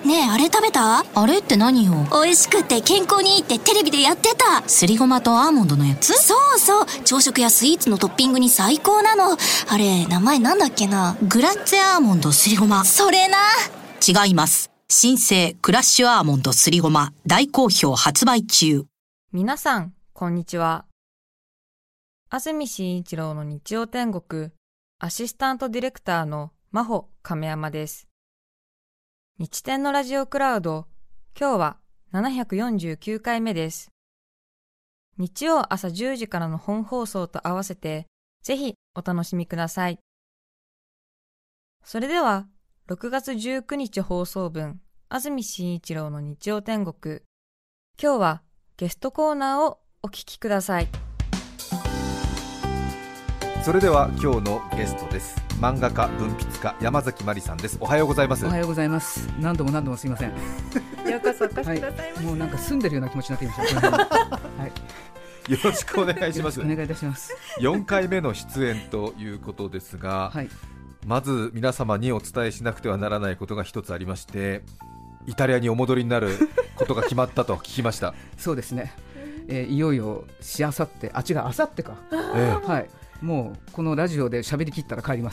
ねえ、あれ食べた？ あれって何よ？ 美味しくて健康にいいってテレビでやってた。 すりごまとアーモンドのやつ？ そうそう、朝食やスイーツのトッピングに最高なの。あれ、名前なんだっけな。 グラッツェアーモンドすりごま。 それな。 違います。新生クラッシュアーモンドすりごま大好評発売中。 皆さんこんにちは。安住紳一郎の日曜天国アシスタントディレクターの真帆亀山です。日天のラジオクラウド、今日は749回目です。日曜朝10時からの本放送と合わせてぜひお楽しみください。それでは6月19日放送分安住紳一郎の日曜天国、今日はゲストコーナーをお聞きください。 それでは今日のゲストです。漫画家文筆家山崎まりさんです。おはようございます。 おはようございます。何度もすいません。 ようこそお越しくださいました。 もうなんか住んでるような気持ちになってきました。はい、 よろしくお願いします。 お願いいたします。 4回目の出演ということですが、 はい、 まず皆様にお伝えしなくてはならないことが一つありまして、イタリアにお戻りになることが決まったと聞きました。 そうですね、いよいよあさってあさってか、はい、もうこのラジオで喋り切ったら帰ります。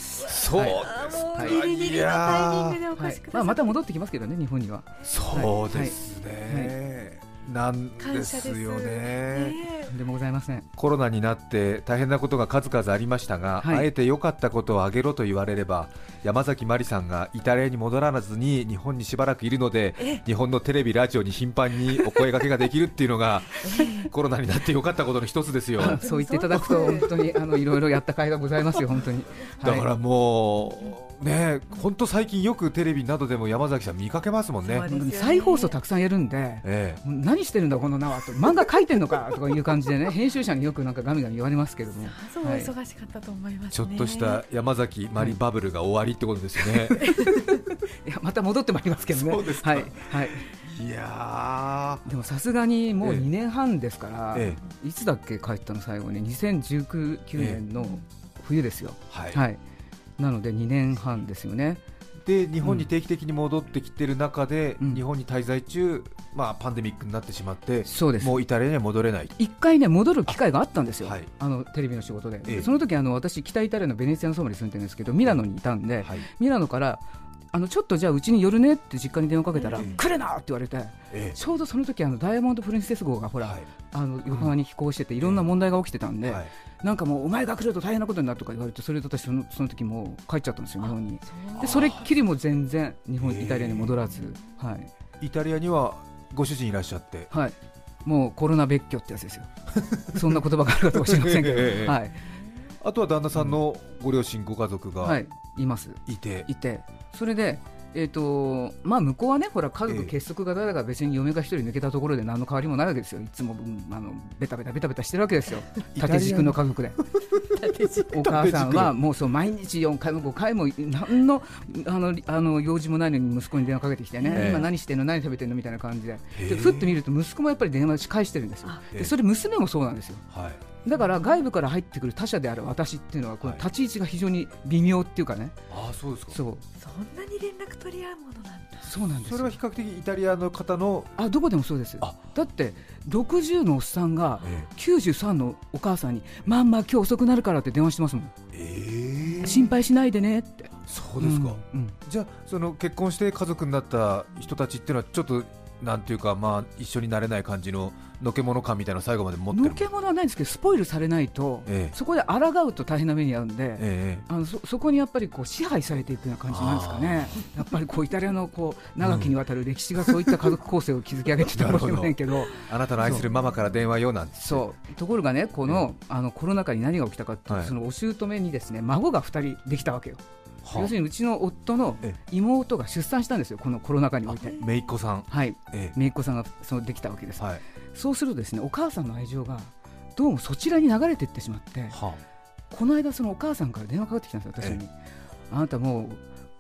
そうですか、 もうギリギリのタイミングでお越しください。 また戻ってきますけどね、日本には。 そうですね、なんですよね。 でもございません。 コロナになって大変なことが数々ありましたが、あえて良かったことを挙げろと言われれば、山崎まりさんがイタリアに戻らずに日本にしばらくいるので、日本のテレビラジオに頻繁にお声掛けができるっていうのがコロナになって良かったことの一つですよ。 そう言っていただくと本当にいろいろやった甲斐がございますよ、本当に。 だからもうね、本当最近よくテレビなどでも山崎さん見かけますもんね。 再放送たくさんやるんで、何してるんだこの縄と、漫画描いてんのかとかいう感じでね、編集者によくなんかガミガミ言われますけども、 そう忙しかったと思いますね。 ちょっとした山崎まりバブルが終わりってことですね。 いや、また戻ってまいりますけどね。 そうですか。 はい、 いやでもさすがにもう2年半ですから、いつだっけ帰ったの最後に2019年の冬ですよ。なので2年半ですよね。 で日本に定期的に戻ってきてる中で、日本に滞在中、パンデミックになってしまって、 そうです。 もうイタリアには戻れない。 一回ね戻る機会があったんですよ、テレビの仕事で。その時私北イタリアのベネツィアのソマリに住んでるんですけど、ミラノにいたんで、ミラノからちょっとじゃあうちに寄るねって実家に電話かけたら、来るなって言われて、ちょうどその時ダイヤモンド・プリンセス号がほら、横浜に飛行してていろんな問題が起きてたんで、なんかもうお前が来ると大変なことになるとか言われて、それで私その時もう帰っちゃったんですよ、日本に。でそれっきりも全然イタリアに戻らず、 イタリアにはご主人いらっしゃって、 もうコロナ別居ってやつですよ。そんな言葉があるかもしれませんけど、 あとは旦那さんのご両親、ご家族がいます。 いて、 それで向こうはね、ほら家族結束が誰か別に嫁が一人抜けたところで何の変わりもないわけですよ。いつもベタベタしてるわけですよ、縦軸の家族で。お母さんはもうそう毎日4回も5回も何の用事もないのに息子に電話かけてきてね、今何してんの何食べてんのみたいな感じで、ふっと見ると息子もやっぱり電話返してるんですよ。でそれ娘もそうなんですよ。だから外部から入ってくる他者である私っていうのは、この立ち位置が非常に微妙っていうかね。 そうですか。 そんなに連絡取り合うものなんだ。 そうなんですよ。 それは比較的イタリアの方のどこでもそうです。だって60のおっさんが93のお母さんに、ママ今日遅くなるからって電話してますもん。心配しないでねって。 そうですか。じゃあその結婚して家族になった人たちっていうのはちょっとなんていうか、一緒になれない感じののけもの感みたいなの最後まで持ってる。 のけものはないんですけど、スポイルされないと、そこで抗うと大変な目に遭うんで、そこにやっぱりこう支配されていくような感じなんですかね。やっぱりこうイタリアのこう長きにわたる歴史がそういった家族構成を築き上げてたかもしれませんけどあなたの愛するママから電話よなんて。 そうところがね、この、コロナ禍に何が起きたかっていうと、そのお姑にですね、孫が2人できたわけよ。要するにうちの夫の妹が出産したんですよ、このコロナ禍において。 姪っ子さん。 姪っ子さんができたわけです。そうするとですね、お母さんの愛情がどうもそちらに流れていってしまって、この間そのお母さんから電話かかってきたんですよ、私に。あなたもう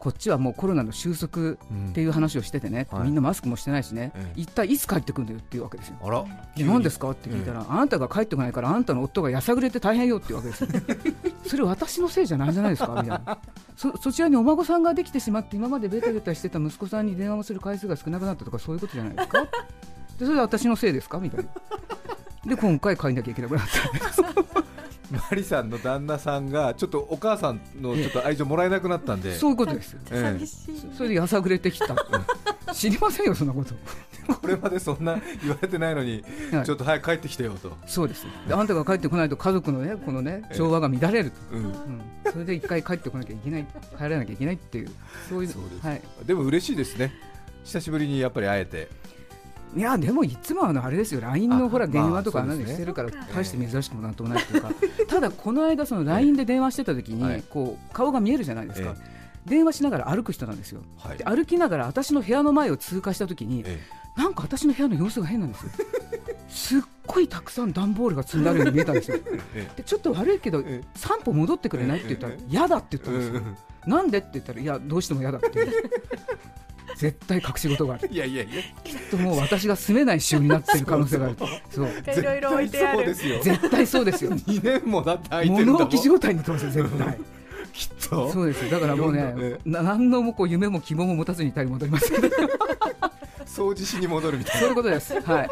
こっちはもうコロナの収束っていう話をしててね、みんなマスクもしてないしね、一体いつ帰ってくるんだよっていうわけですよ。 あら、 で何ですかって聞いたら、あなたが帰ってこないからあなたの夫がやさぐれて大変よっていうわけですよそれ私のせいじゃないじゃないですかみたいなそちらにお孫さんができてしまって今までベタベタしてた息子さんに電話をする回数が少なくなったとかそういうことじゃないですかでそれは私のせいですかみたいなで今回帰んなきゃいけなくなったマリさんの旦那さんがちょっとお母さんのちょっと愛情もらえなくなったんでそういうことです、それでやさぐれてきた知りませんよそんなことこれまでそんな言われてないのに、ちょっと早く帰ってきてよと。 そうです。であんたが帰ってこないと家族のねこのね調和が乱れると、それで一回帰ってこなきゃいけない、帰らなきゃいけないっていうそういう。はい。 でも嬉しいですね。久しぶりにやっぱり会えて。 いやでもいつもあれですよ LINE のほら電話とか何してるから大して珍しくもなんともないというか、ただこの間その LINE で電話してた時にこう顔が見えるじゃないですか。電話しながら歩く人なんですよ。で歩きながら私の部屋の前を通過した時に、なんか私の部屋の様子が変なんですよすっごいたくさん段ボールが積んであるように見えたんですよでちょっと悪いけど散歩戻ってくれないって言ったら嫌だって言ったんですよなんでって言ったらいやどうしても嫌だって絶対隠し事がある。 いやきっともう私が住めない仕様になっている可能性があるそういろいろ置いてある。 絶対そうですよ 2年もだって空いてるんだもん。 物置状態になってますよ絶対きっとそうです。だからもうね何のもこう夢も希望も持たずにいたり戻りますけど掃除しに戻るみたいなそういうことです、はい、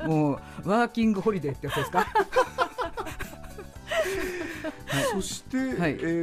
もうワーキングホリデーってやつですかそして、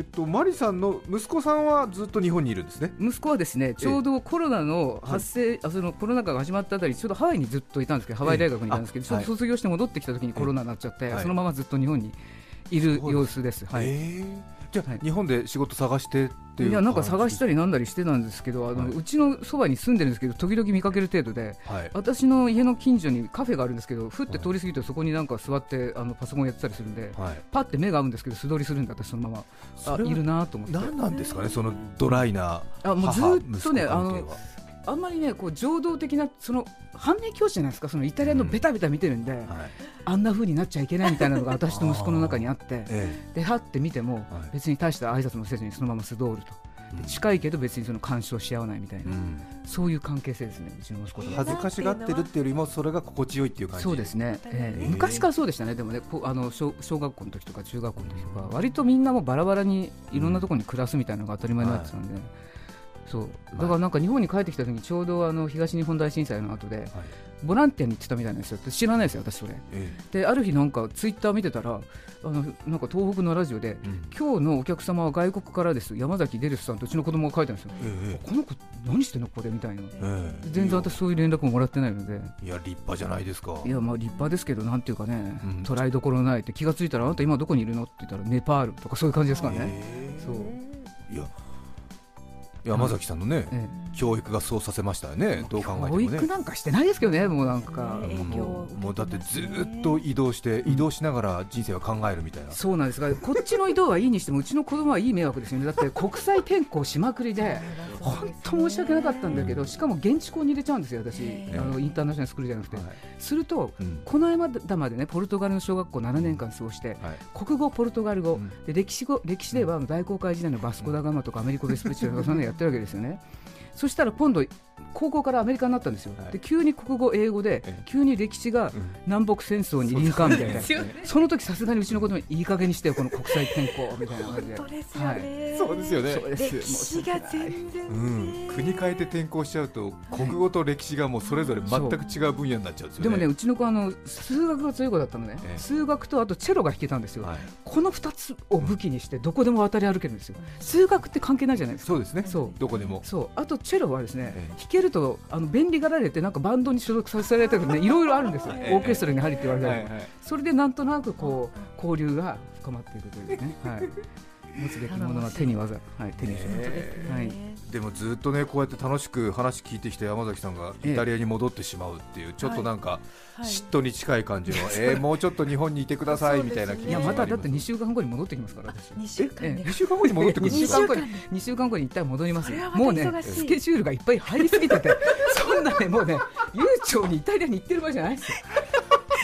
マリさんの息子さんはずっと日本にいるんですね。 息子はですねちょうどコロナの発生、そのコロナ禍が始まったあたりちょうどハワイにずっといたんですけど、ハワイ大学にいたんですけど、ちょっと卒業して戻ってきた時にコロナになっちゃって、そのままずっと日本にいる様子です。はい。 じゃあ、日本で仕事探してっていう。 いやなんか探したりなんだりしてたんですけど、うちのそばに住んでるんですけど時々見かける程度で、私の家の近所にカフェがあるんですけど、ふって通り過ぎてそこになんか座ってパソコンやってたりするんで、パッて目が合うんですけど素通りするんで私そのままいるなと思って。 何なんですかねそのドライなもうずっとねあんまりねこう情動的なその反面教師じゃないですか。そのイタリアのベタベタ見てるんで、あんな風になっちゃいけないみたいなのが私と息子の中にあってではって見ても別に大した挨拶もせずにそのまま素通ると、近いけど別にその干渉し合わないみたいな、そういう関係性ですねうちの息子と。 恥ずかしがってるっていうよりもそれが心地よいっていう感じ。 そうですね、昔からそうでしたね。でもね小学校の時とか中学校の時とか割とみんなもバラバラにいろんなところに暮らすみたいなのが当たり前になってたんで、そうだからなんか日本に帰ってきた時にちょうど東日本大震災の後で、ボランティアに行ってたみたいなんですよ。知らないですよ私それ、である日なんかツイッター見てたらなんか東北のラジオで、今日のお客様は外国からです、山崎デレスさんとうちの子供が書いてあるんですよ、この子何してんのここでみたいな、全然私そういう連絡ももらってないので。 いや立派じゃないですか。 いやまあ立派ですけどなんていうかね、捉えどころないって気がついたらあなた今どこにいるのって言ったらネパールとかそういう感じですからね。そういや山崎さんのね、教育がそうさせましたよね。どう考えてもね。 教育なんかしてないですけどね。もうなんかもうだってずっと移動しながら人生は考えるみたいな。 そうなんですが、こっちの移動はいいにしてもうちの子供はいい迷惑ですよね。だって国際転校しまくりで本当申し訳なかったんだけど、しかも現地校に入れちゃうんですよ私、インターナショナルスクールじゃなくて、すると、この間までねポルトガルの小学校7年間過ごして、国語ポルトガル語、で歴史では大航海時代のバスコダガマとかアメリコ・ベスプリチとかそんなのやってるわけですよね。そしたら今度高校からアメリカになったんですよ、で急に国語英語で、急に歴史が南北戦争にリンカーンみたいな、その時さすがにうちの子供にいい加減にしてよこの国際転校みたいな感じで。 本当ですよね、 そうですよね。 歴史が全然、 国変えて転校しちゃうと国語と歴史がもうそれぞれ全く違う分野になっちゃうんですよね。 でもねうちの子数学が強い子だったのね、数学とあとチェロが弾けたんですよ、この2つを武器にしてどこでも渡り歩けるんですよ。数学って関係ないじゃないですか。 そうですね、どこでも。 そうあとチェロはですね、弾けると便利がられてなんかバンドに所属させられたりね、いろいろあるんですよ、オーケストラに入るって言われたり、それでなんとなくこう交流が深まっていくというね、持つべきものは手に技、手にします。 でもずっとねこうやって楽しく話聞いてきて山崎さんがイタリアに戻ってしまうっていうちょっとなんか嫉妬に近い感じの、もうちょっと日本にいてくださいみたいな気持ちがあります。 いやまただって2週間後に戻ってきますから私。 2 週間後に戻ってくるんですか。 2週間後に一旦戻ります。もうねスケジュールがいっぱい入りすぎててそんなねもうね悠長にイタリアに行ってる場合じゃないですよ。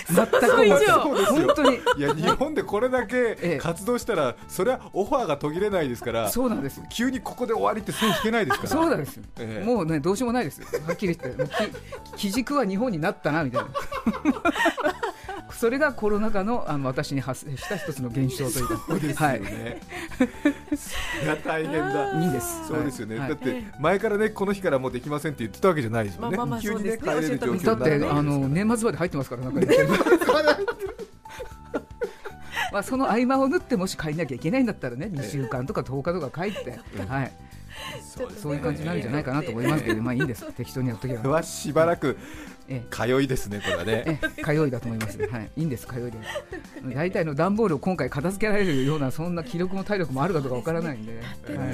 全く思って本当にいや日本でこれだけ活動したら、それはオファーが途切れないですから。 そうなんです。 急にここで終わりって線引けないですから。 そうなんですよ、もうねどうしようもないです。はっきり言って基軸は日本になったなみたいなそれがコロナ禍の私に発生した一つの現象というか。 そうですよね、それは大変だ。 いいんです。 そうですよね、だって前からねこの日からもうできませんって言ってたわけじゃないですよね。急にね帰れる状況になる。 だって年末まで入ってますからなんかまあその合間を縫ってもし帰んなきゃいけないんだったらね2週間とか10日とか帰って、はい、そういう感じになるんじゃないかなと思いますけど、まあいいんです。適当にやっときゃ。 はしばらく通いですね、これはね。 通いだと思います。はい、いいんです、通いで。大体の段ボールを今回片付けられるようなそんな気力も体力もあるかどうかわからないんで。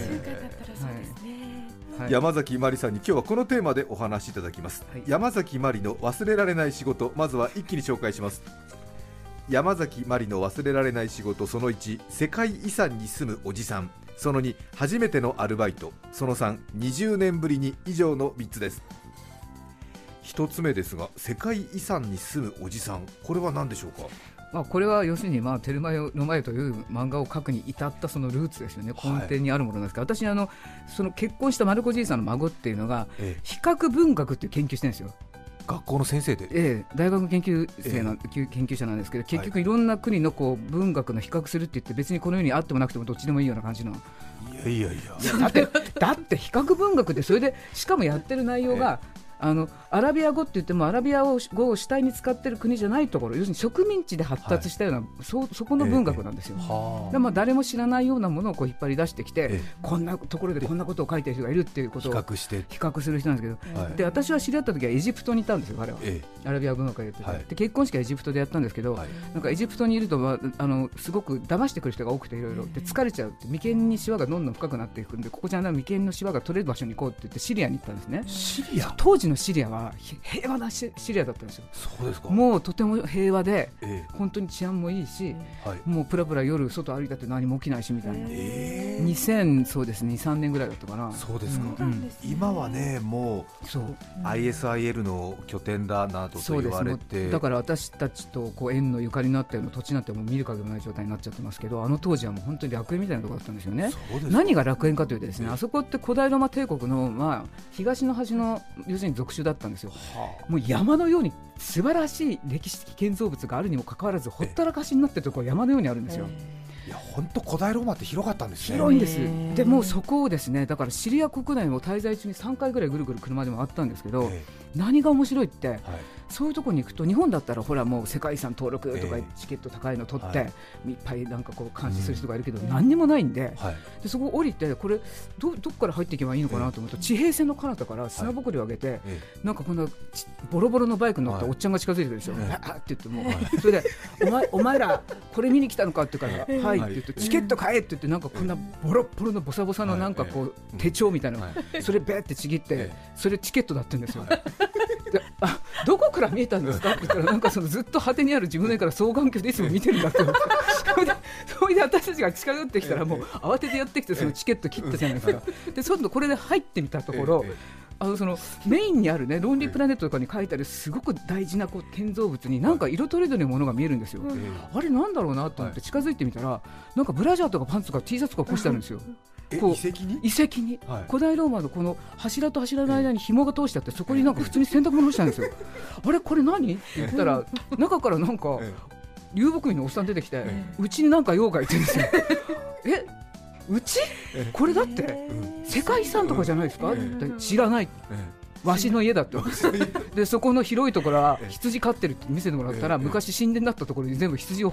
山崎まりさんに今日はこのテーマでお話しいただきます、はい、山崎まりの忘れられない仕事、まずは一気に紹介します。山崎まりの忘れられない仕事、その1、世界遺産に住むおじさん、その2、初めてのアルバイト、その3、20年ぶりに、以上の3つです。1つ目ですが、世界遺産に住むおじさん、これは何でしょうか。 これは要するに、テルマエの前という漫画を描くに至ったそのルーツですよね。根底にあるものなんですが、私その結婚した丸子じいさんの孫っていうのが、比較文学っていう研究してるんですよ。 学校の先生で、 大学の研究者なんですけど、結局いろんな国の文学の比較するって言って、別にこの世にあってもなくてもどっちでもいいような感じの。いやだって比較文学で、それでしかもやってる内容が、アラビア語って言ってもアラビア語を主体に使ってる国じゃないところ、要するに植民地で発達したような、そこの文学なんですよ。誰も知らないようなものを引っ張り出してきて、こんなところでこんなことを書いてる人がいるっていうことを比較する人なんですけど、で私は知り合った時はエジプトにいたんですよ、彼は。アラビア文学をやってて、で結婚式はエジプトでやったんですけど、なんかエジプトにいると、すごく騙してくる人が多くて、いろいろで疲れちゃうって、眉間にシワがどんどん深くなっていくんで、ここじゃない眉間のシワが取れる場所に行こうって言ってシリアに行ったんですね。 シリア？ 当時のシリアは平和なシリアだったんですよ。 そうですか。 もうとても平和で、本当に治安もいいし、もうプラプラ夜外歩いたって何も起きないしみたいな、そうですね、2、3年ぐらいだったかな。 そうですか、今はねもう ISIL の拠点だなどと言われて、 だから私たちと縁のゆかりのあったような土地なんてもう見る影もない状態になっちゃってますけど、あの当時はもう本当に楽園みたいなところだったんですよね。何が楽園かというとですね、あそこって古代ローマ帝国の、東の端の要するに属州だったんですよ。もう山のように素晴らしい歴史的建造物があるにもかかわらず、ほったらかしになってるところが山のようにあるんですよ。 いや本当古代ローマって広かったんですね。 広いんです。でもそこをですね、だからシリア国内を滞在中に3回ぐらいぐるぐる車で回ったんですけど、何が面白いって、そういうところに行くと、日本だったらほらもう世界遺産登録とかチケット高いの取って、いっぱいなんか監視する人がいるけど、何にもないんで、でそこ降りて、これ どっから入っていけばいいのかなと思うと、地平線の彼方から砂ぼこりを上げて、なんかこんなボロボロのバイクに乗ったおっちゃんが近づいてくるんですよ。って言ってもそれでお前らこれ見に来たのかって言うから、はいって言って、チケット買えって言って、なんかこんなボロボロのボサボサのなんか手帳みたいなの、それベーってちぎって、それチケットだって言うんですよ。でどこから見えたんですかって言ったら、なんかずっと果てにある自分の家から双眼鏡でいつも見てるんだってそれで私たちが近寄ってきたら、もう慌ててやってきて、そのチケット切ったじゃないですか。でそのこれで入ってみたところ、そのメインにあるね、ロンリープラネットとかに書いてあるすごく大事な建造物に、なんか色とりどりのものが見えるんですよ。あれなんだろうなと思って近づいてみたら、なんかブラジャーとかパンツとか T シャツとか干してあるんですよ。遺跡に、古代ローマのこの柱と柱の間に紐が通してあって、そこになんか普通に洗濯物干してあるんですよ。あれこれ何って言ったら、中からなんか遊牧民のおっさん出てきて、うちになんか妖怪って言うんですよ。うちこれだって世界遺産とかじゃないですかって知らない、わしの家だってでそこの広いところは羊飼ってるって見せてもらったら、昔神殿だったところに全部羊を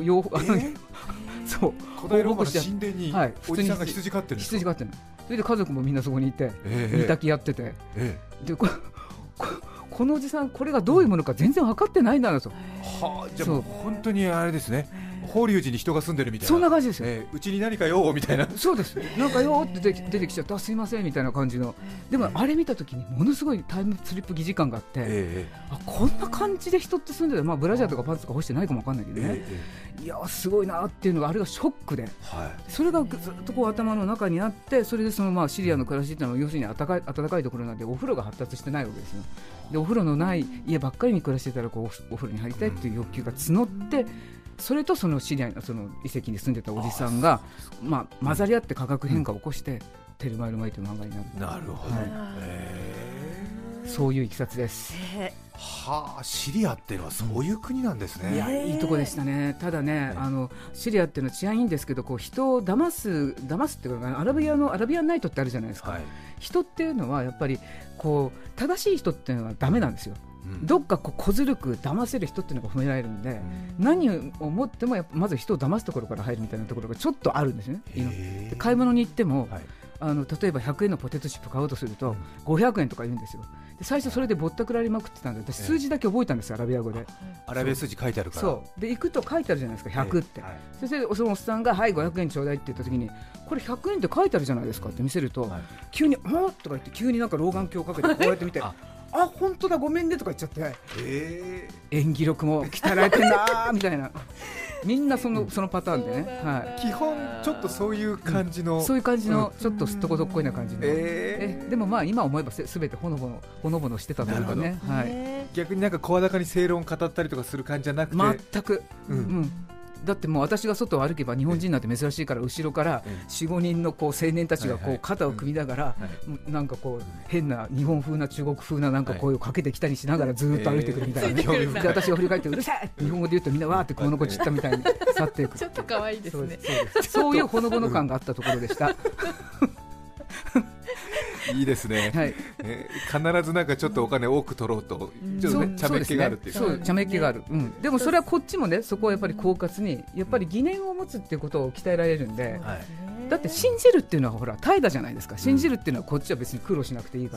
そう古代ローマの神殿におじさんが羊飼ってるんですか。 羊飼ってる。それで家族もみんなそこにいて、煮炊きやってて、でこのおじさんこれがどういうものか全然分かってないんだなと。 じゃあもう本当にあれですね、 法隆寺に人が住んでるみたいな、 そんな感じですよ、 うちに何かよみたいな。 そうです、なんかよって出てきちゃった、すいませんみたいな感じの。でもあれ見た時にものすごいタイムスリップ疑似感があって、あ、こんな感じで人って住んでた、まあ、ブラジャーとかパンツとか干してないかもわかんないけどね、いやすごいなっていうのが、あれがショックで、それがずっとこう頭の中にあって、それでそのまあシリアの暮らしっていうのは要するに暖かいところなんで、お風呂が発達してないわけですよ。でお風呂のない家ばっかりに暮らしてたら、こうお風呂に入りたいっていう欲求が募って、それとそのシリアのその遺跡に住んでたおじさんがまあ、混ざり合って化学変化を起こして、テルマエロマエという漫画になる。 なるほど、 そういういきさつです。 はあ、シリアっていうのはそういう国なんですね。 いや、いいとこでしたね。ただね、シリアっていうのは治安いいんですけど、こう人を騙すっていうか、アラビアンナイトってあるじゃないですか、人っていうのはやっぱりこう正しい人っていうのはダメなんですよ。どっかこう小ずるく騙せる人っていうのが褒められるんで、何を思ってもやっぱまず人を騙すところから入るみたいなところがちょっとあるんですね。で買い物に行っても、例えば100円のポテトチップ買おうとすると500円とか言うんですよ。で最初それでぼったくられまくってたんで、私数字だけ覚えたんですよ、アラビア語で。 アラビア数字書いてあるから。そうで行くと書いてあるじゃないですか、100って、そしてそのおっさんがはい500円ちょうだいって言った時に、これ100円って書いてあるじゃないですかって見せると、急に「おっ!」とか言って、急になんか老眼鏡をかけてこうやって見てあ、本当だごめんねとか言っちゃって、演技力も鍛えられてんなみたいなみんなそのパターンでね、 基本ちょっとそういう感じの、 そういう感じのちょっとすっとこどっこいな感じの、でもまあ今思えばすべてほのぼのしてたというかね、 逆になんか声高に正論を語ったりとかする感じじゃなくて、 全く、だってもう私が外を歩けば日本人なんて珍しいから、後ろから 4,5 人のこう青年たちがこう肩を組みながら、なんかこう変な日本風な中国風ななんか声をかけてきたりしながらずっと歩いてくるみたいな、で私が振り返ってうるさいって日本語で言うと、みんなわーってこの子散ったみたいに去っていく。 ちょっと可愛いですね。 そういうほのぼの感があったところでしたいいですね、必ずなんかちょっとお金多く取ろうと、ちょっとね、茶目っ気があるっていうか、 そう茶目っ気がある、でもそれはこっちもね、そこはやっぱり狡猾にやっぱり疑念を持つっていうことを鍛えられるんで、だって信じるっていうのはほら怠惰じゃないですか。信じるっていうのはこっちは別に苦労しなくていいから、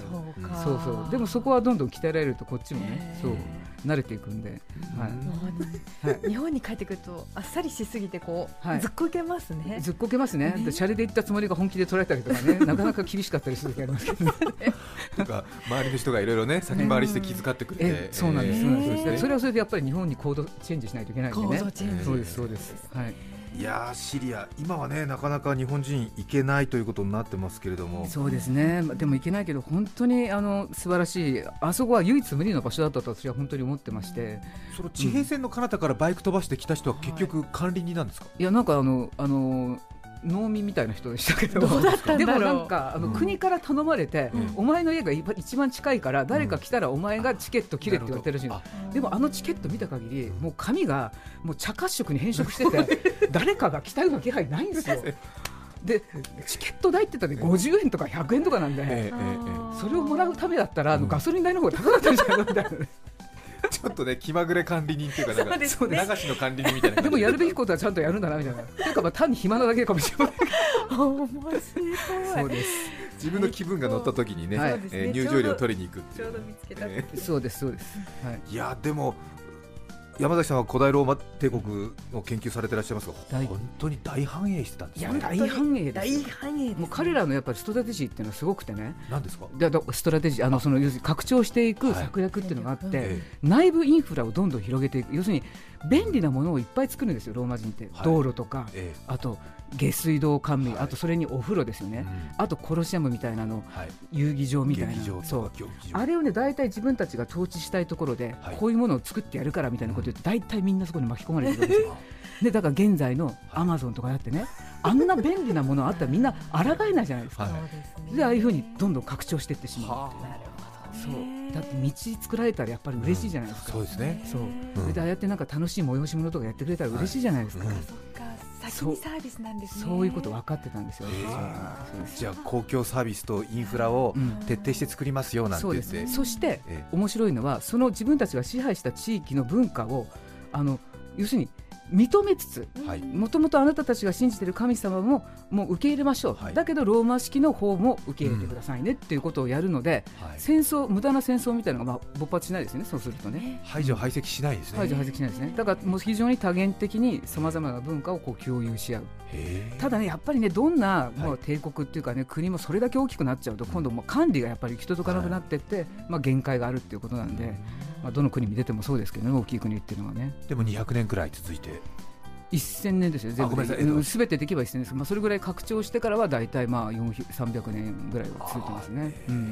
そうでもそこはどんどん鍛えられるとこっちもね、そう慣れていくんで、 日本に帰ってくるとあっさりしすぎてこう、ずっこけますね。 ずっこけますね。シャレで言ったつもりが本気で捉えたりとかねなかなか厳しかったりする時ありますけどねなんか周りの人がいろいろね、先回りして気遣ってくれて、 そうなんです、そうなんです。それはそれでやっぱり日本に行動チェンジしないといけないんでね。そうですそうです。 いやシリア、今はねなかなか日本人行けないということになってますけれども。 そうですね、でも行けないけど本当に素晴らしい、あそこは唯一無二の場所だったと私は本当に思ってまして、 その地平線の彼方からバイク飛ばしてきた人は結局管理人なんですか？ いや、なんか農民みたいな人でしたけど、でもなんか国から頼まれて、お前の家が一番近いから誰か来たらお前がチケット切れって言われてるらしいの。でもチケット見た限りもう紙がもう茶褐色に変色してて誰かが来たような気配ないんですよ。でチケット代って言ったら50円とか100円とかなんで、それをもらうためだったらガソリン代の方が高かったんじゃないのみたいなちょっっとね気まぐれ管理人っていうか、なんか流しの管理人みたいな感じでもやるべきことはちゃんとやるんだなみたいな。というかまあ単に暇なだけかもしれない面白い。 そうです。 自分の気分が乗った時にね、入場料を取りに行くっていう。 ちょうど見つけた。 そうですそうです。 いやでも山崎さんは古代ローマ帝国の研究されていらっしゃいますが、本当に大繁栄してたんですね。 いや大繁栄です。 大繁栄です。 もう彼らのやっぱりストラテジーっていうのはすごくてね。 何ですか？ ストラテジーその要するに拡張していく策略っていうのがあって、内部インフラをどんどん広げていく。要するに便利なものをいっぱい作るんですよローマ人って。道路とか、あと下水道管理、あとそれにお風呂ですよね、あとコロシアムみたいなの、遊戯場みたいな、そうあれをね大体自分たちが統治したいところで、こういうものを作ってやるからみたいなこと言って、大体みんなそこに巻き込まれてるんですよでだから現在のアマゾンとかだってね、あんな便利なものあったらみんな抗えないじゃないですか。でああいうふうにどんどん拡張していってしまうっていう。そうだって道作られたらやっぱり嬉しいじゃないですか。 そうですね。 そうでああやってなんか楽しい催し物とかやってくれたら嬉しいじゃないですか。 先にサービスなんですね。 そういうこと分かってたんですよ。 じゃあ公共サービスとインフラを徹底して作りますよなんて言って、 そして面白いのはその自分たちが支配した地域の文化を要するに認めつつ、 はい、 もともとあなたたちが信じている神様ももう受け入れましょう、 はい、 だけどローマ式の方も受け入れてくださいねっていうことをやるので、 はい、 戦争、無駄な戦争みたいなのが勃発しないですね。そうするとね、 排除排斥しないですね。 排除排斥しないですね。だからもう非常に多元的にさまざまな文化をこう共有し合う。ただね、やっぱりね、どんなもう帝国っていうかね、国もそれだけ大きくなっちゃうと今度もう管理がやっぱり人とかなくなっていって、限界があるっていうことなんで、どの国に出てもそうですけどね、大きい国っていうのはね。でも200年くらい続いて 1000年ですよ、全部全てできれば1000年です。それぐらい拡張してからはだいたい300年ぐらいは続いてますね。はい、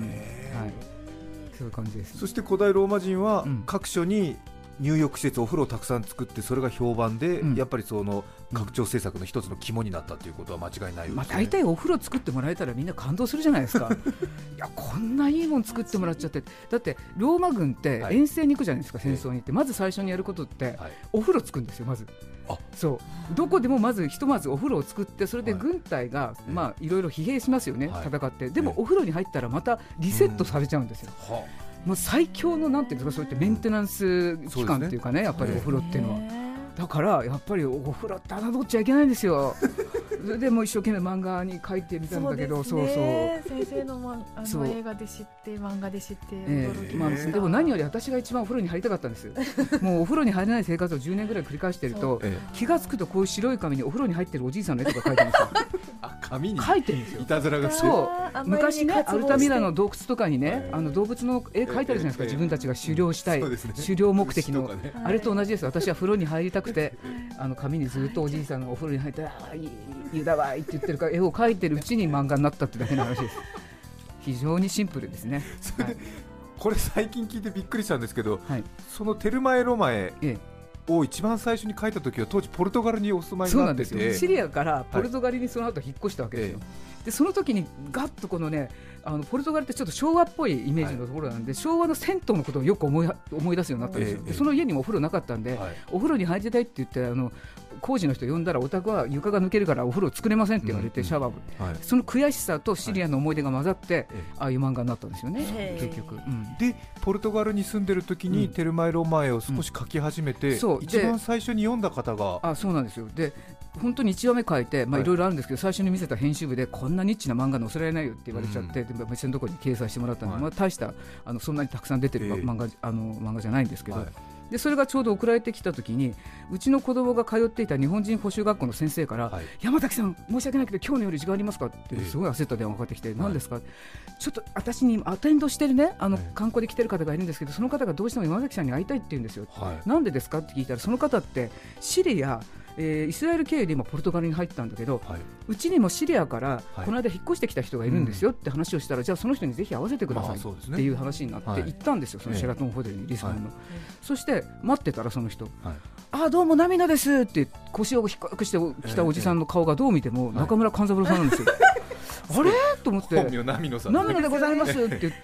そういう感じです。 そして古代ローマ人は各所に入浴施設、お風呂をたくさん作って、それが評判で、やっぱりその拡張政策の一つの肝になったということは間違いないようですね。 大体お風呂作ってもらえたらみんな感動するじゃないですかいや、こんないいもん作ってもらっちゃって。だってローマ軍って遠征に行くじゃないですか、戦争に行って。まず最初にやることって、お風呂作るんですよ。まずそうどこでもひとまずお風呂を作って、それで軍隊がいろいろ疲弊しますよね、戦って。でもお風呂に入ったらまたリセットされちゃうんですよ。もう最強のなんていうんですか、そういったメンテナンス期間っていうかね、やっぱりお風呂っていうのは。だからやっぱりお風呂って侮っちゃいけないんですよでも一生懸命漫画に書いてみたんだけど、 そう先生の映画で知って漫画で知って驚きました。 でも何より私が一番お風呂に入りたかったんですもうお風呂に入れない生活を10年ぐらい繰り返していると、気がつくとこういう白い紙にお風呂に入ってるおじいさんの絵とか書いてるんですよ紙に書いてるんですよ。 いたずらがそう昔ね、アルタミラの洞窟とかにね、動物の絵描いてあるじゃないですか、自分たちが狩猟したい、狩猟目的の、あれと同じです。私は風呂に入りたくて紙にずっとおじいさんがお風呂に入って湯だわいって言ってるから絵を描いてるうちに漫画になったってだけの話です非常にシンプルですねこれ最近聞いてびっくりしたんですけど、そのテルマエロマエを一番最初に書いた時は当時ポルトガルにお住まいになってて、 そうなんですよ。シリアからポルトガルにその後引っ越したわけですよ。でその時にガッとこのね、ポルトガルってちょっと昭和っぽいイメージのところなんで、昭和の銭湯のことをよく思い出すようになったんですよ。でその家にもお風呂なかったんで、お風呂に入りたいって言って工事の人呼んだら、お宅は床が抜けるからお風呂作れませんって言われて、シャワー、その悔しさとシリアの思い出が混ざって、ああいう漫画になったんですよね、結局。 でポルトガルに住んでる時にテルマエロマエを少し書き始めて、一番最初に読んだ方がそうなんですよ。で本当に1話目書いて、いろいろあるんですけど、最初に見せた編集部でこんなニッチな漫画載せられないよって言われちゃって、で別のところに掲載してもらったので、大したそんなにたくさん出てる漫画じゃないんですけど、でそれがちょうど送られてきた時に、うちの子供が通っていた日本人補習学校の先生から、山崎さん申し訳ないけど今日の夜時間ありますかってすごい焦った電話がかかってきて、何ですか、ちょっと私にアテンドしてるね、観光で来てる方がいるんですけど、その方がどうしても山崎さんに会いたいって言うんですよ、なんでですかって聞いたら、その方ってシリアイスラエル経由で今ポルトガルに入ったんだけど、うちにもシリアからこの間引っ越してきた人がいるんですよって話をしたら、じゃあその人にぜひ会わせてくださいっていう話になって行ったんですよ、そのシェラトンホテルに、リスボンの。そして待ってたら、その人、どうもナミナですって腰を低くしてきたおじさんの顔がどう見ても中村勘三郎さんなんですよあれと思って、ナミノでございますって言って、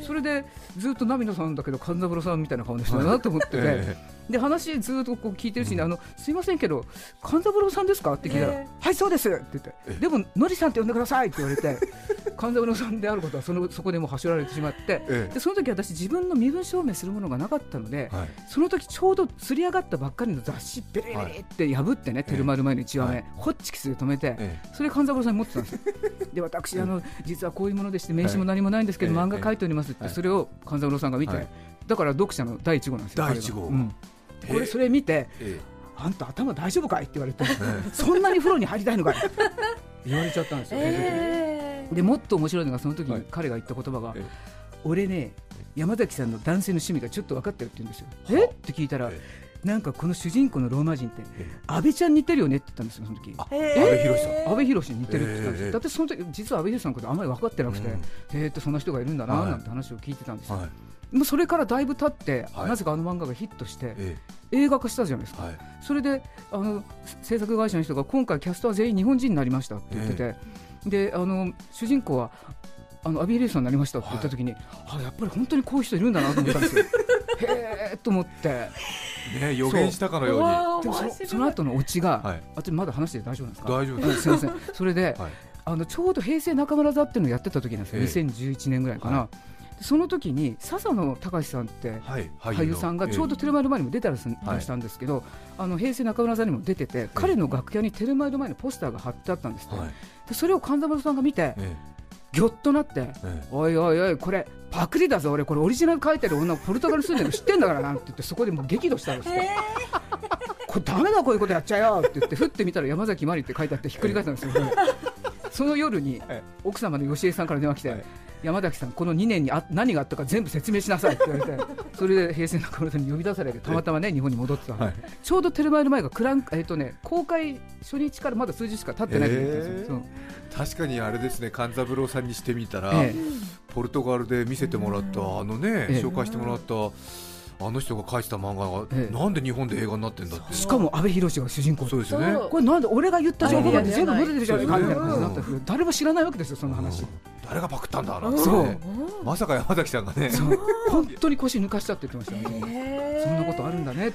それでずっとナミノさんだけど勘三郎さんみたいな顔の人だなと思ってね、で話ずっとこう聞いてるうちに、すいませんけど勘三郎さんですかって聞いたら、はいそうですって言って、でものりさんって呼んでくださいって言われて勘三郎さんであることはそこでもうはしょられてしまって、でその時私自分の身分証明するものがなかったので、その時ちょうど釣り上がったばっかりの雑誌ベリベリって破ってね、テルマル前の1話目、ホッチキスで止めて、それ勘三郎さんに持ってたんですよ。で私実はこういうものでして名刺も何もないんですけど、漫画書いておりますって、それを勘三郎さんが見て、だから読者の第1号なんですよ。 第1号、 これそれ見て、あんた頭大丈夫かいって言われて、そんなに風呂に入りたいのかいって言われちゃったんですよ、でもっと面白いのが、その時に彼が言った言葉が、俺ね山崎さんの男性の趣味がちょっと分かったよって言うんですよ。って聞いたら、なんかこの主人公のローマ人って安倍ちゃん似てるよねって言ったんですよ、その時。安倍博に似てるって言ったんですよ。だってその時実は安倍博さんのことあんまり分かってなくて、そんな人がいるんだななんて話を聞いてたんですよ。もうそれからだいぶ経って、なぜか漫画がヒットして映画化したじゃないですか。それで制作会社の人が、今回キャストは全員日本人になりましたって言ってて、で主人公はアビー・レイさんになりましたって言った時に、やっぱり本当にこういう人いるんだなと思ったんですよへーと思って、 予言したかのように。 でもその後のオチが、まだ話して大丈夫なんですか？ 大丈夫です。 すみません。それで、ちょうど平成中村座っていうのをやってた時なんですよ、2011年ぐらいかな。 その時に笹野隆さんって俳優さんがちょうどテルマエロマエにも出たりしたんですけど、平成中村座にも出てて、彼の楽屋にテルマエロマエのポスターが貼ってあったんですって、でそれを神田丸さんが見て、ギョッとなって、おいおいおいこれパクリだぞ、俺これオリジナル書いてる女ポルトガル住んでるの知ってんだからなって言って、そこでもう激怒したんですよ、これダメだこういうことやっちゃうよって言って、ふってみたら山崎まりって書いてあってひっくり返ったんですよ。その夜に奥様の吉江さんから電話来て、山崎さんこの2年に何があったか全部説明しなさいって言われて、それで平成中村座に呼び出されて、たまたまね日本に戻ってたので、ちょうどテルマエロマエが公開初日からまだ数日しか経ってないんですよ。 確かにあれですね、勘三郎さんにしてみたら、ポルトガルで見せてもらった紹介してもらったあの人が書いてた漫画が、なんで日本で映画になってんだって、 しかも阿部寛が主人公。 そうですよね。 これなんで俺が言った情報まで全部持ってるじゃないかみたいな感じになったんですけど、誰も知らないわけですよその話。 誰がパクったんだなんて、まさか山崎さんがね、 本当に腰抜かしちゃって言ってましたね。そんなことあるんだねって、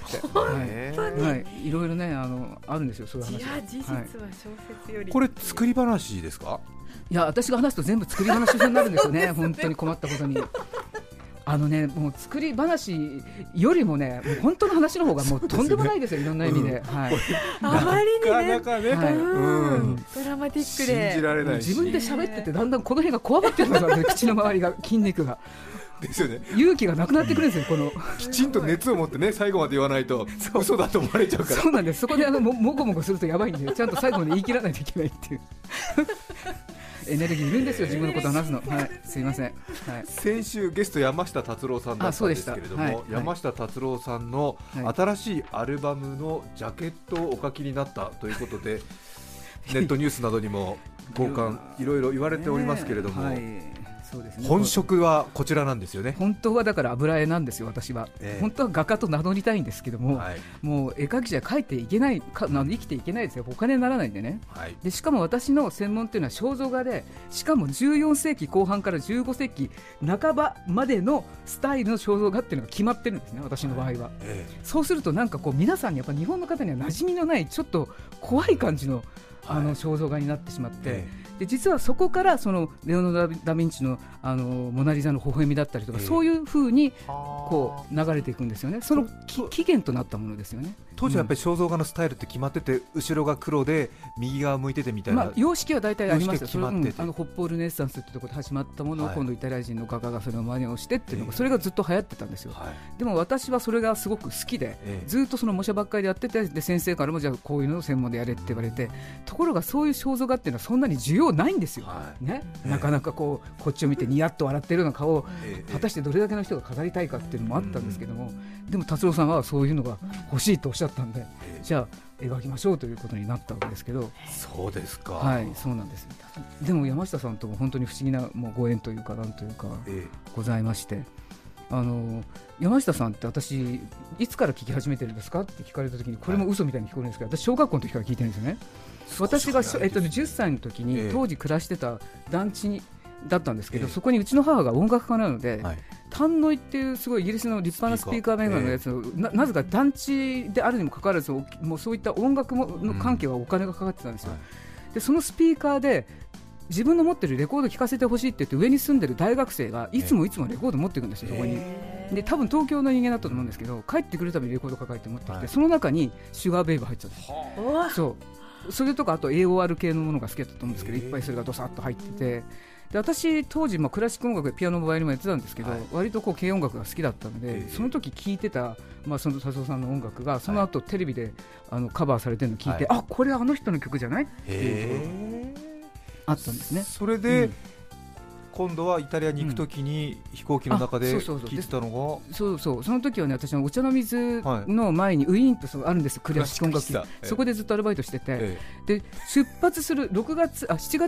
いろいろねあるんですよそういう話。 いや事実は小説より、 これ作り話ですか？ いや私が話すと全部作り話になるんですよね本当に困ったことに。もう作り話よりもね、もう本当の話の方がもうとんでもないですよいろんな意味で。 あまりにねなかなかね、 ドラマティックで信じられないし、 自分で喋っててだんだんこの辺がこわばってるんですよね口の周りが筋肉がですよね。 勇気がなくなってくるんですよこのきちんと熱を持ってね最後まで言わないと嘘だと思われちゃうから。 そうなんです。そこでもごもごするとやばいんで、ちゃんと最後まで言い切らないといけないっていうエネルギーいるんですよ自分のこと話すの。すいません。 先週ゲスト山下達郎さんだったんですけれども、山下達郎さんの新しいアルバムのジャケットをお書きになったということで、ネットニュースなどにも交換いろいろ言われておりますけれども、 そうですね、 本職はこちらなんですよね。 本当はだから油絵なんですよ私は、本当は画家と名乗りたいんですけども、もう絵描きじゃ描いていけない生きていけないですよ、お金にならないんでね、でしかも私の専門っていうのは肖像画で、しかも14世紀後半から15世紀半ばまでのスタイルの肖像画っていうのが決まってるんですね私の場合は、そうするとなんかこう皆さんにやっぱ日本の方には馴染みのないちょっと怖い感じの肖像画になってしまって、で実はそこからそのレオナルド・ダ・ヴィンチのモナリザの微笑みだったりとか、そういう風にこう流れていくんですよね。その起源となったものですよね。 当時はやっぱり肖像画のスタイルって決まってて、後ろが黒で右側向いててみたいな、 様式は大体ありますよ。 決まってて、 北方ルネッサンスってところで始まったものを今度イタリア人の画家がそれを真似をしてっていうのが、それがずっと流行ってたんですよ、でも私はそれがすごく好きで、ずっとその模写ばっかりでやってて、で先生からもじゃあこういうのを専門でやれって言われて、ところがそういう肖像画っていうのはそんなに需要ないんですよ、なかなかこっちを見てニヤッと笑ってるような顔を果たしてどれだけの人が飾りたいかっていうのもあったんですけども、でも達郎さんはそういうのが欲しいとおっしゃったんで、じゃあ描きましょうということになったわけですけど。 そうですか。 はい、そうなんです。でも山下さんとも本当に不思議なもうご縁というかなんというかございまして、山下さんって私いつから聞き始めてるんですかって聞かれた時に、これも嘘みたいに聞こえるんですけど、私小学校の時から聞いてるんですよね。私が、10歳の時に当時暮らしてた団地だったんですけど、そこにうちの母が音楽家なので、丹野井っていうすごいイギリスの立派なスピーカーメーカーのやつを、なぜか団地であるにもかかわらず、もうそういった音楽の関係はお金がかかってたんですよ、でそのスピーカーで自分の持ってるレコード聴かせてほしいって言って、上に住んでる大学生がいつもレコード持ってくるんですよ、そこに。で多分東京の人間だったと思うんですけど、帰ってくるたびにレコード抱えて持ってきて、その中にシュガーベイブ入っちゃったんです。それとかあと AOR 系のものが好きだったと思うんですけど、いっぱいそれがドサッと入ってて、で私当時クラシック音楽でピアノもバイオリンもやってたんですけど、割と軽音楽が好きだったので、その時聴いてた、その達郎さんの音楽がその後テレビでカバーされてるのを聞いて、あ、これあの人の曲じゃないっていうあったんですね。 それで、今度はイタリアに行くときに飛行機の中で聞いてたのが、 その時はね、私はお茶の水の前にウィーンとあるんです、クラシック音楽、そこでずっとアルバイトしてて、で出発する7月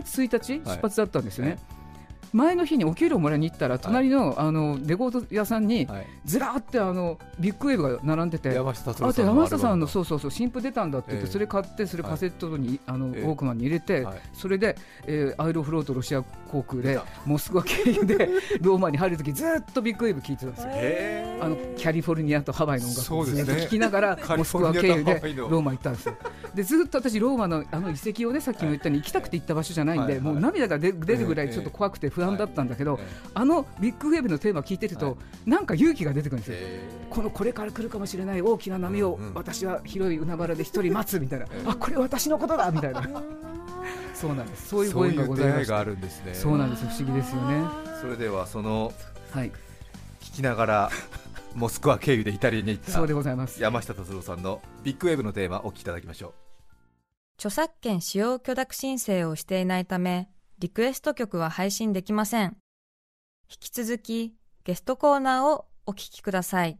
1日出発だったんですよね。前の日にお給料もらいに行ったら、隣のレコード屋さんにずらーってビッグウェーブが並んでて、 山下さんの新譜出たんだって言って、それ買って、それカセットにウォークマンに入れて、それでアイロフロートロシア航空でモスクワ経由でローマに入るときずっとビッグウェーブ聴いてたんですよ。キャリフォルニアとハワイの音楽をずっと聴きながらモスクワ経由でローマ行ったんですよ。 でずっと私ローマの遺跡をね、さっきも言ったように行きたくて行った場所じゃないんで、もう涙が出るぐらいちょっと怖くて不安だったんだけど、ビッグウェーブのテーマ聞いてると、なんか勇気が出てくるんですよ。これから来るかもしれない大きな波を私は広い海原で一人待つみたいな、これ私のことだみたいなそうなんです。そういうご縁がございました。そういう出会いがあるんですね。そうなんです。不思議ですよね。それでは聞きながらモスクワ経由でイタリアに行ったそうでございます。山下達郎さんのビッグウェーブのテーマお聞きいただきましょう。 著作権使用許諾申請をしていないため、リクエスト曲は配信できません。引き続きゲストコーナーをお聞きください。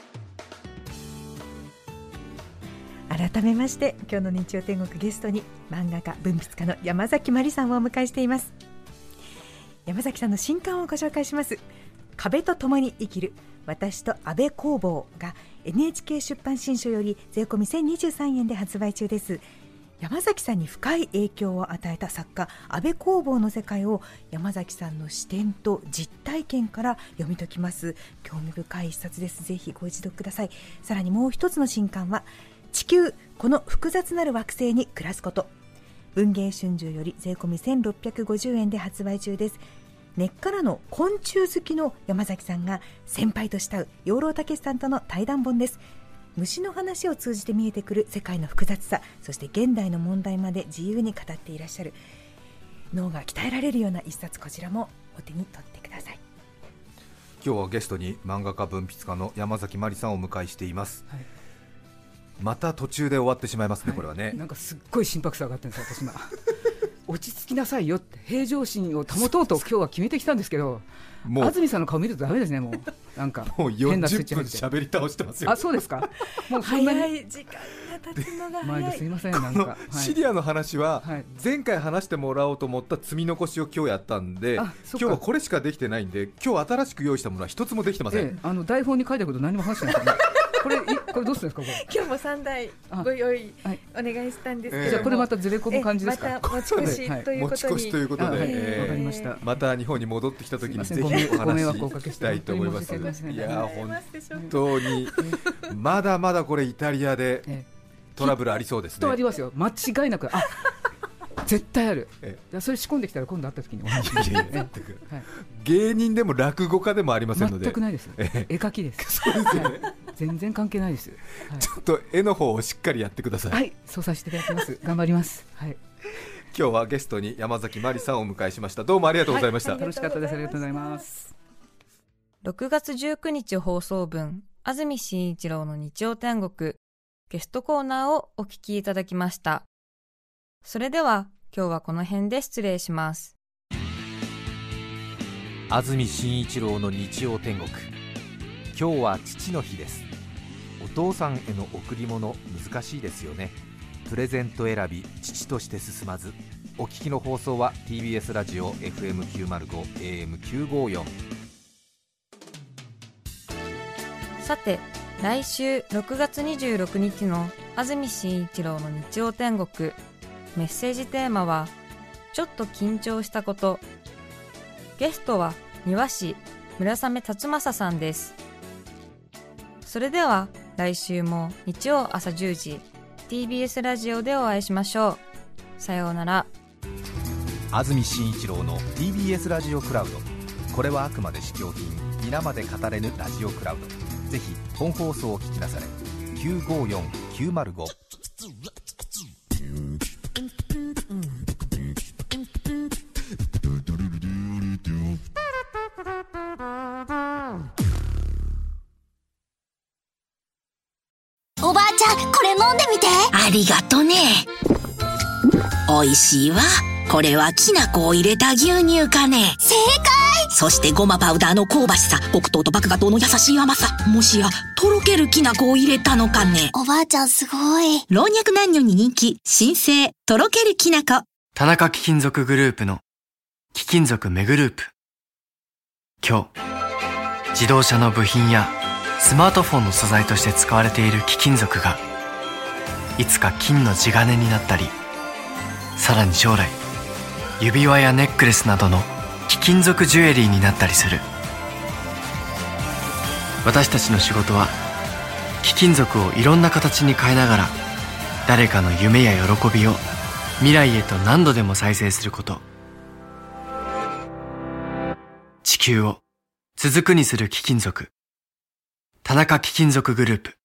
改めまして今日の日曜天国ゲストに漫画家文筆家の山崎まりさんをお迎えしています。山崎さんの新刊をご紹介します。壁と共に生きる私と安倍工房が NHK 出版新書より税込み1023円で発売中です。山崎さんに深い影響を与えた作家安倍工房の世界を山崎さんの視点と実体験から読み解きます。興味深い一冊です。ぜひご一読ください。さらにもう一つの新刊は地球この複雑なる惑星に暮らすこと、文藝春秋より税込み1650円で発売中です。根っからの昆虫好きの山崎さんが先輩と慕う養老孟司さんとの対談本です。虫の話を通じて見えてくる世界の複雑さ、そして現代の問題まで自由に語っていらっしゃる、脳が鍛えられるような一冊、こちらもお手に取ってください。 今日はゲストに漫画家文筆家の山崎まりさんをお迎えしています、また途中で終わってしまいますね、これはね。 なんかすっごい心拍数上がってるんですよ、私今落ち着きなさいよって、平常心を保とうと今日は決めてきたんですけど、安住さんの顔見るとダメですね。もうなんかもう40分喋り倒してますよ。 あ、そうですか。もう早い時間が経つのが早い。 すいません。なんかシリアの話は前回話してもらおうと思った積み残しを今日やったんで、今日はこれしかできてないんで、今日新しく用意したものは一つもできてません。 台本に書いたこと何も話してないからねこれどうするんですか。これ今日も3台ご用意お願いしたんですけど、 じゃあこれまたずれ込む感じですか。 また持ち越しということに、 持ち越しということで、 わかりました。 また日本に戻ってきた時にぜひお話ししたいと思います。いや本当にまだまだこれイタリアでトラブルありそうですね。 きっとありますよ、間違いなく。絶対ある。それ仕込んできたら今度会った時にお話しします。 芸人でも落語家でもありませんので。 全くないです。絵描きです。そうですね。全然関係ないです。 ちょっと絵の方をしっかりやってください。 はい、そうさせていただきます。頑張ります。はい。 今日はゲストに山崎まりさんをお迎えしました。どうもありがとうございました。 楽しかったです。ありがとうございます。 6月19日放送分、安住紳一郎の日曜天国ゲストコーナーをお聞きいただきました。それでは今日はこの辺で失礼します。 安住紳一郎の日曜天国、今日は父の日です。お父さんへの贈り物難しいですよね。プレゼント選び父として進まず。お聞きの放送は TBS ラジオ FM905 AM954。 さて来週6月26日の安住紳一郎の日曜天国、メッセージテーマはちょっと緊張したこと。ゲストは庭師村雨辰剛さんです。それでは来週も日曜朝10時 TBS ラジオでお会いしましょう。さようなら。 安住紳一郎の TBS ラジオクラウド、これはあくまで試供品、皆まで語れぬラジオクラウド。ぜひ本放送を聞きなされ。954905。 おばあちゃん、これ飲んでみて。 ありがとね。おいしいわ。これはきな粉を入れた牛乳かね。 正解。 そしてごまパウダーの香ばしさ、黒糖と麦芽糖の優しい甘さ、もしやとろけるきな粉を入れたのかね。 おばあちゃんすごい。 老若男女に人気、新生とろけるきな粉。 田中貴金属グループの貴金属メグループ。今日自動車の部品やスマートフォンの素材として使われている貴金属がいつか金の地金になったり、さらに将来指輪やネックレスなどの貴金属ジュエリーになったりする。私たちの仕事は貴金属をいろんな形に変えながら誰かの夢や喜びを未来へと何度でも再生すること。地球を続くにする貴金属。田中貴金属グループ。